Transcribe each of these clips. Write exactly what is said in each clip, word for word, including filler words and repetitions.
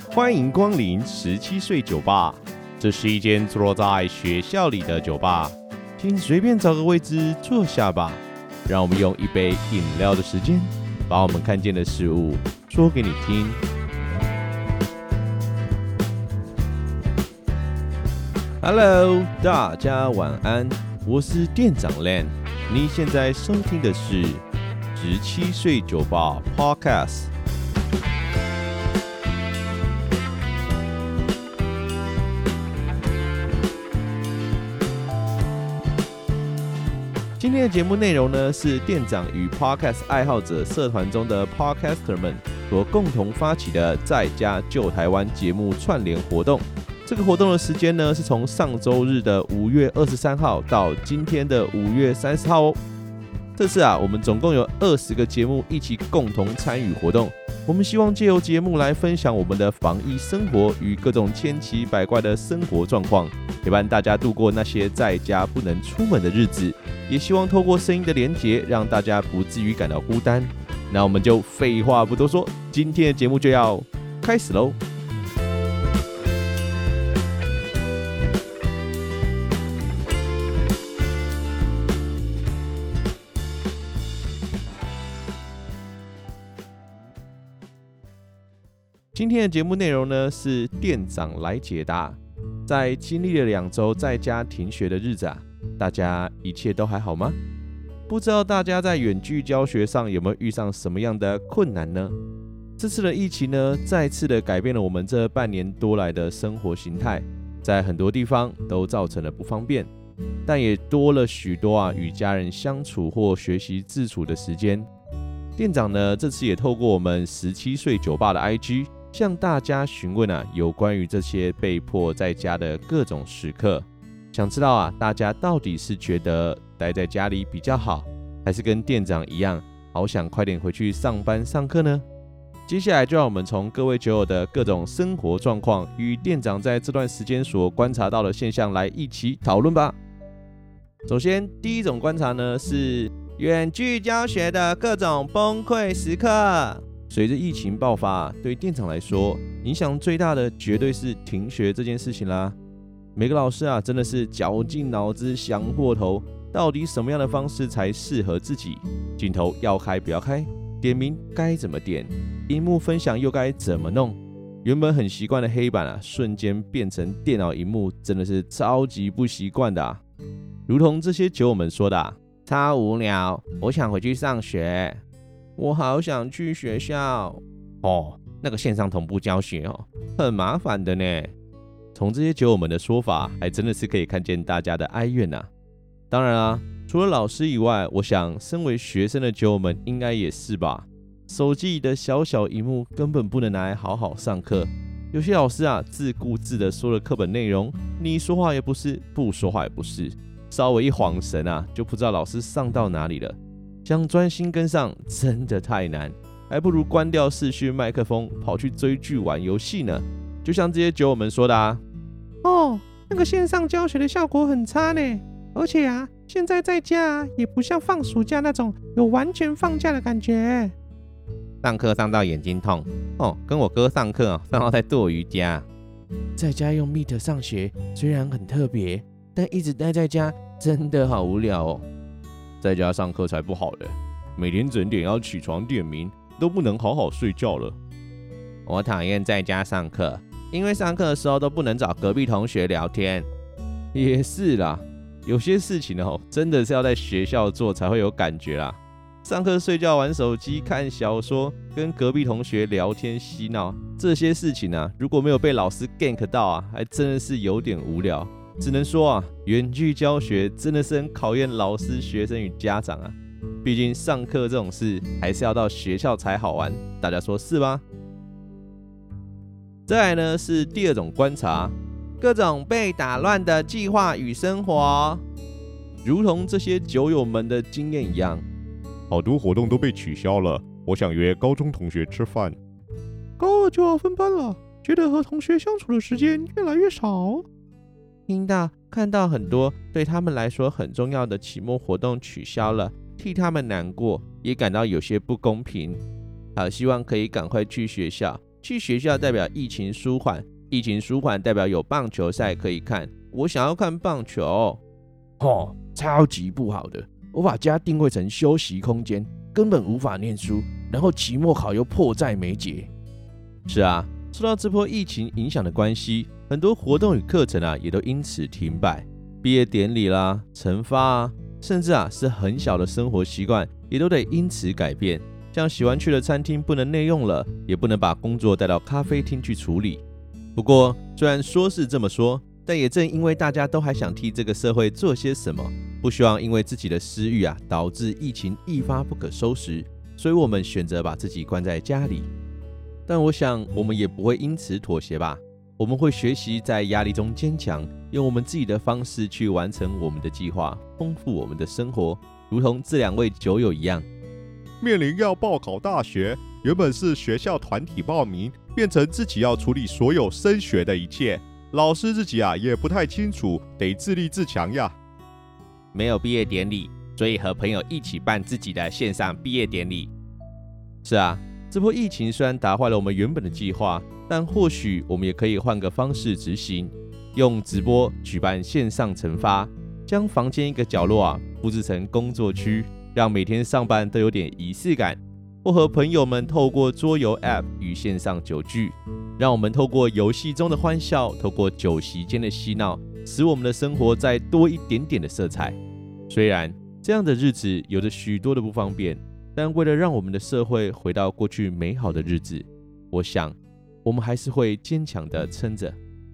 欢迎光临十七岁酒吧，这是一间坐落在学校里的酒吧，请随便找个位置坐下吧。让我们用一杯饮料的时间，把我们看见的事物说给你听。Hello， 大家晚安，我是店长 Len。你现在收听的是十七岁酒吧 Podcast。今天的节目内容呢，是店长与 Podcast 爱好者社团中的 Podcaster 们所共同发起的在家救台湾节目串联活动。这个活动的时间呢，是从上周日的五月二十三号到今天的五月三十号哦。这次啊，我们总共有二十个节目一起共同参与活动。我们希望借由节目来分享我们的防疫生活与各种千奇百怪的生活状况，陪伴大家度过那些在家不能出门的日子。也希望透过声音的连结，让大家不至于感到孤单。那我们就废话不多说，今天的节目就要开始喽。今天的节目内容呢，是店长来解答。在经历了两周在家停学的日子啊，大家一切都还好吗？不知道大家在远距教学上有没有遇上什么样的困难呢？这次的疫情呢，再次的改变了我们这半年多来的生活形态，在很多地方都造成了不方便，但也多了许多啊与家人相处或学习自处的时间。店长呢，这次也透过我们十七岁酒吧的 I G。向大家询问啊，有关于这些被迫在家的各种时刻，想知道啊，大家到底是觉得待在家里比较好，还是跟店长一样，好想快点回去上班上课呢？接下来就让我们从各位酒友的各种生活状况与店长在这段时间所观察到的现象来一起讨论吧。首先，第一种观察呢，是远距教学的各种崩溃时刻。随着疫情爆发，对店长来说，影响最大的绝对是停学这件事情啦。每个老师啊，真的是绞尽脑汁想破头，到底什么样的方式才适合自己？镜头要开不要开？点名该怎么点？萤幕分享又该怎么弄？原本很习惯的黑板啊，瞬间变成电脑萤幕，真的是超级不习惯的啊！如同这些酒友们说的啊，超无聊，我想回去上学。我好想去学校哦，那个线上同步教学哦，很麻烦的呢。从这些酒友们的说法，还真的是可以看见大家的哀怨啊。当然啊，除了老师以外，我想身为学生的酒友们应该也是吧。手机里的小小萤幕根本不能拿来好好上课。有些老师啊，自顾自的说了课本内容，你说话也不是，不说话也不是，稍微一晃神啊，就不知道老师上到哪里了。想专心跟上真的太难，还不如关掉视讯麦克风，跑去追剧玩游戏呢。就像这些酒友们说的啊， 哦，那个线上教学的效果很差呢，而且啊，现在在家啊，也不像放暑假那种有完全放假的感觉。 上课上到眼睛痛哦，跟我哥上课哦，上到在做瑜伽。 在家用 Meet 上学虽然很特别，但一直待在家真的好无聊哦。 在家上课才不好的，每天整点要起床点名，都不能好好睡觉了。 我讨厌在家上课，因为上课的时候都不能找隔壁同学聊天。 也是啦，有些事情哦，真的是要在学校做才会有感觉啦。上课睡觉、玩手机、看小说、跟隔壁同学聊天嬉闹，这些事情啊，如果没有被老师 gank 到啊，还真的是有点无聊。只能说啊，远距教学真的是很考验老师、学生与家长啊。毕竟上课这种事还是要到学校才好玩，大家说是吧？再来呢是第二种观察， 各种被打乱的计划与生活。 如同这些酒友们的经验一样， 好多活动都被取消了。我想约高中同学吃饭。 高二就要分班了，觉得和同学相处的时间越来越少。 听到看到很多对他们来说很重要的期末活动取消了，替他们难过，也感到有些不公平。好希望可以赶快去学校， 去学校代表疫情舒缓，疫情舒缓代表有棒球赛可以看，我想要看棒球。 吼，超级不好的，我把家定位成休息空间，根本无法念书，然后期末考又迫在眉睫。 是啊，受到这波疫情影响的关系，很多活动与课程啊也都因此停摆，毕业典礼啦、惩罚啊，甚至啊是很小的生活习惯也都得因此改变。像喜欢去的餐厅不能内用了，也不能把工作带到咖啡厅去处理。不过虽然说是这么说，但也正因为大家都还想替这个社会做些什么，不希望因为自己的私欲啊导致疫情一发不可收拾，所以我们选择把自己关在家里。但我想我们也不会因此妥协吧，我们会学习在压力中坚强，用我们自己的方式去完成我们的计划，丰富我们的生活，如同这两位酒友一样。 面临要报考大学，原本是学校团体报名，变成自己要处理所有升学的一切。老师自己啊也不太清楚，得自立自强呀。 没有毕业典礼，所以和朋友一起办自己的线上毕业典礼。是啊，这波疫情虽然打坏了我们原本的计划，但或许我们也可以换个方式执行，用直播举办线上惩罚，将房间一个角落啊布置成工作区，让每天上班都有点仪式感。或和朋友们透过桌游 App 与线上酒聚，让我们透过游戏中的欢笑，透过酒席间的嬉闹，使我们的生活再多一点点的色彩。虽然这样的日子有着许多的不方便，但为了让我们的社会回到过去美好的日子，我想我们还是会坚强的撑着。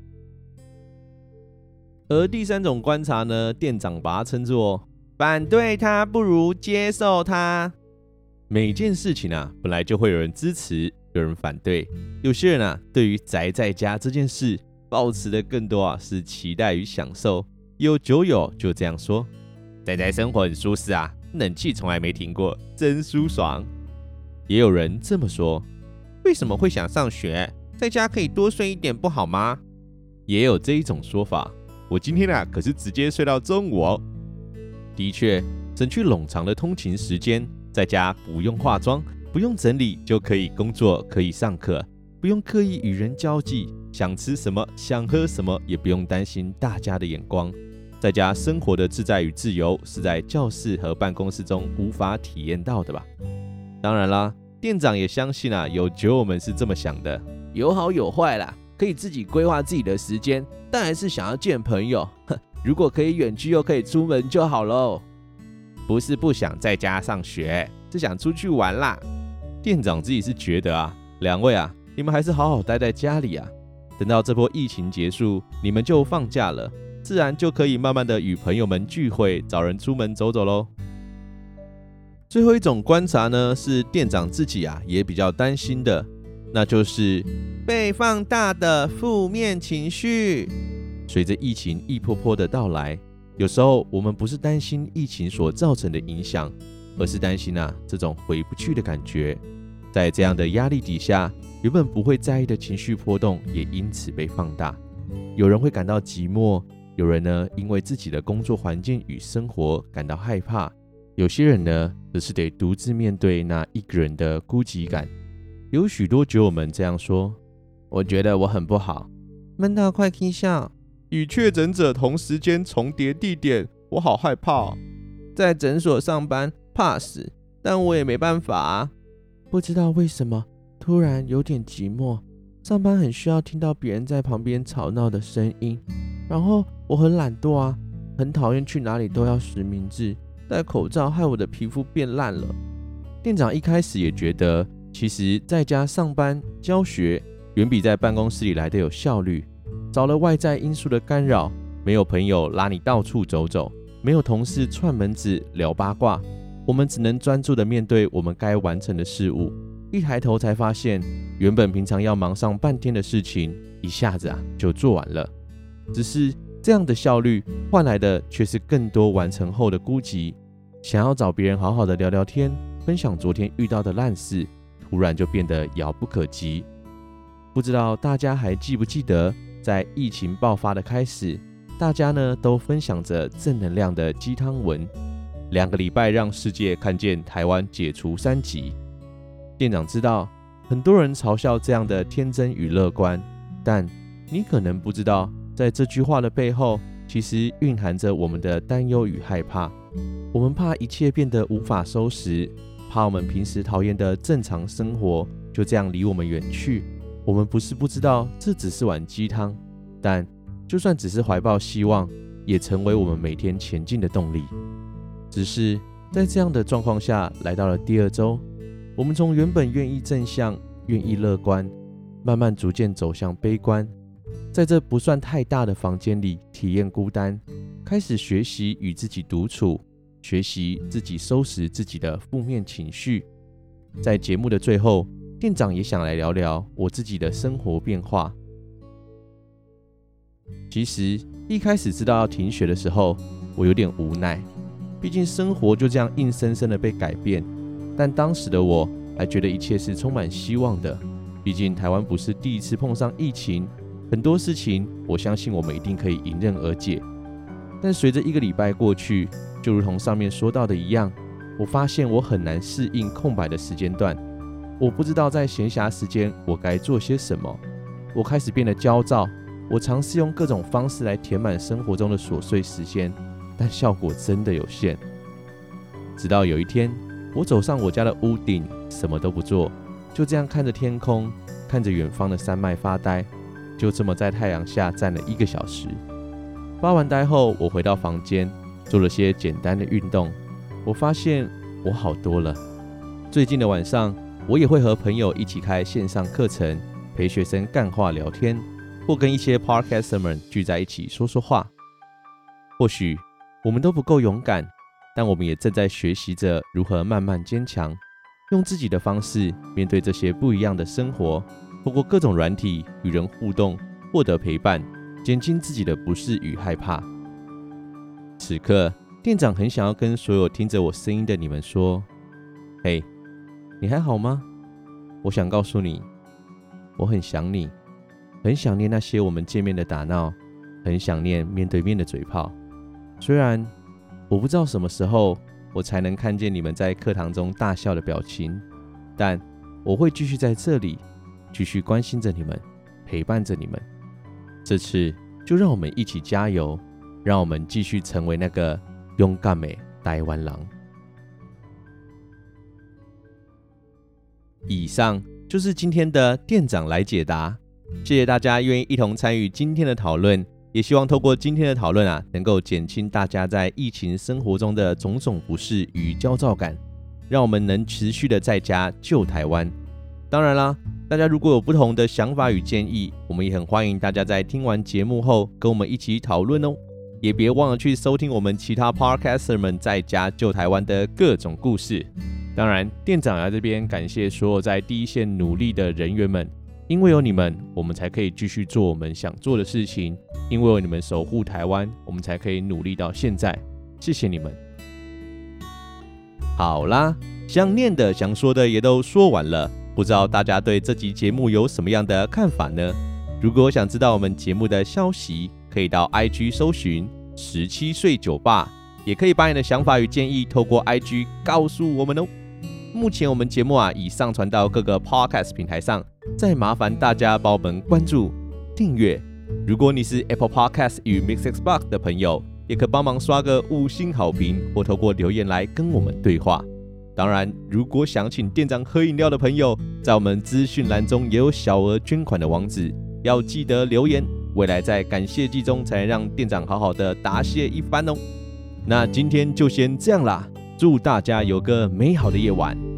而第三种观察呢，店长把它称作反对它不如接受它。每件事情啊，本来就会有人支持，有人反对。有些人啊，对于宅在家这件事，抱持的更多啊是期待与享受。有酒友就这样说：宅宅生活很舒适啊，冷气从来没停过，真舒爽。也有人这么说：为什么会想上学？在家可以多睡一点不好吗？也有这一种说法：我今天啊，可是直接睡到中午哦。的确，省去冗长的通勤时间。在家不用化妆，不用整理就可以工作，可以上课，不用刻意与人交际，想吃什么，想喝什么，也不用担心大家的眼光。在家生活的自在与自由，是在教室和办公室中无法体验到的吧？当然啦，店长也相信啊，有酒友们是这么想的， 有好有坏啦，可以自己规划自己的时间，但还是想要见朋友。如果可以远距又可以出门就好喽。 不是不想在家上学，是想出去玩啦。店长自己是觉得啊，两位啊，你们还是好好待在家里啊。等到这波疫情结束，你们就放假了，自然就可以慢慢的与朋友们聚会，找人出门走走咯。最后一种观察呢，是店长自己啊也比较担心的，那就是被放大的负面情绪。随着疫情一波波的到来，有时候我们不是担心疫情所造成的影响，而是担心啊这种回不去的感觉。在这样的压力底下，原本不会在意的情绪波动也因此被放大。有人会感到寂寞，有人呢因为自己的工作环境与生活感到害怕，有些人呢则是得独自面对那一个人的孤寂感。有许多酒友们这样说：我觉得我很不好，闷到快气笑。与确诊者同时间重叠地点，我好害怕哦。在诊所上班，怕死，但我也没办法啊。 不知道为什么，突然有点寂寞。上班很需要听到别人在旁边吵闹的声音，然后我很懒惰啊，很讨厌去哪里都要实名制，戴口罩害我的皮肤变烂了。 店长一开始也觉得，其实在家上班教学，远比在办公室里来的有效率。少了外在因素的干扰，没有朋友拉你到处走走，没有同事串门子聊八卦，我们只能专注的面对我们该完成的事物。一抬头才发现，原本平常要忙上半天的事情，一下子啊就做完了。只是这样的效率换来的却是更多完成后的孤寂。想要找别人好好的聊聊天，分享昨天遇到的烂事，突然就变得遥不可及。不知道大家还记不记得，在疫情爆发的开始，大家呢都分享着正能量的鸡汤文。两个礼拜让世界看见台湾解除三级。店长知道很多人嘲笑这样的天真与乐观，但你可能不知道，在这句话的背后，其实蕴含着我们的担忧与害怕。我们怕一切变得无法收拾，怕我们平时讨厌的正常生活就这样离我们远去。我们不是不知道这只是碗鸡汤，但就算只是怀抱希望，也成为我们每天前进的动力。只是在这样的状况下，来到了第二周，我们从原本愿意正向、愿意乐观，慢慢逐渐走向悲观。在这不算太大的房间里体验孤单，开始学习与自己独处，学习自己收拾自己的负面情绪。在节目的最后，店长也想来聊聊我自己的生活变化。其实一开始知道要停学的时候，我有点无奈，毕竟生活就这样硬生生的被改变。但当时的我还觉得一切是充满希望的，毕竟台湾不是第一次碰上疫情，很多事情我相信我们一定可以迎刃而解。但随着一个礼拜过去，就如同上面说到的一样，我发现我很难适应空白的时间段。我不知道在闲暇时间我该做些什么，我开始变得焦躁。我尝试用各种方式来填满生活中的琐碎时间，但效果真的有限。直到有一天，我走上我家的屋顶，什么都不做，就这样看着天空，看着远方的山脉发呆，就这么在太阳下站了一个小时。发完呆后，我回到房间，做了些简单的运动。我发现我好多了。最近的晚上，我也会和朋友一起开线上课程，陪学生干话聊天，或跟一些 podcaster 们聚在一起说说话。或许我们都不够勇敢，但我们也正在学习着如何慢慢坚强，用自己的方式面对这些不一样的生活，透过各种软体与人互动，获得陪伴，减轻自己的不适与害怕。此刻，店长很想要跟所有听着我声音的你们说：嘿，你还好吗？我想告诉你，我很想你，很想念那些我们见面的打闹，很想念面对面的嘴炮。虽然我不知道什么时候我才能看见你们在课堂中大笑的表情，但我会继续在这里，继续关心着你们，陪伴着你们。这次就让我们一起加油，让我们继续成为那个勇敢的台湾人。以上就是今天的店长来解答，谢谢大家愿意一同参与今天的讨论，也希望透过今天的讨论啊，能够减轻大家在疫情生活中的种种不适与焦躁感，让我们能持续的在家救台湾。当然啦，大家如果有不同的想法与建议，我们也很欢迎大家在听完节目后跟我们一起讨论哦。也别忘了去收听我们其他 podcaster 们在家救台湾的各种故事。当然，店长在这边感谢所有在第一线努力的人员们，因为有你们，我们才可以继续做我们想做的事情；因为有你们守护台湾，我们才可以努力到现在。谢谢你们。好啦，想念的、想说的也都说完了，不知道大家对这集节目有什么样的看法呢？如果想知道我们节目的消息，可以到 I G 搜寻十七岁酒吧，也可以把你的想法与建议透过 I G 告诉我们哦。目前我们节目啊已上传到各个 podcast 平台上，再麻烦大家帮我们关注、订阅。如果你是 Apple Podcast 与 Mixbox 的朋友，也可帮忙刷个五星好评，或透过留言来跟我们对话。当然，如果想请店长喝饮料的朋友，在我们资讯栏中也有小额捐款的网址，要记得留言，未来在感谢季中才能让店长好好的答谢一番哦。那今天就先这样啦，祝大家有个美好的夜晚。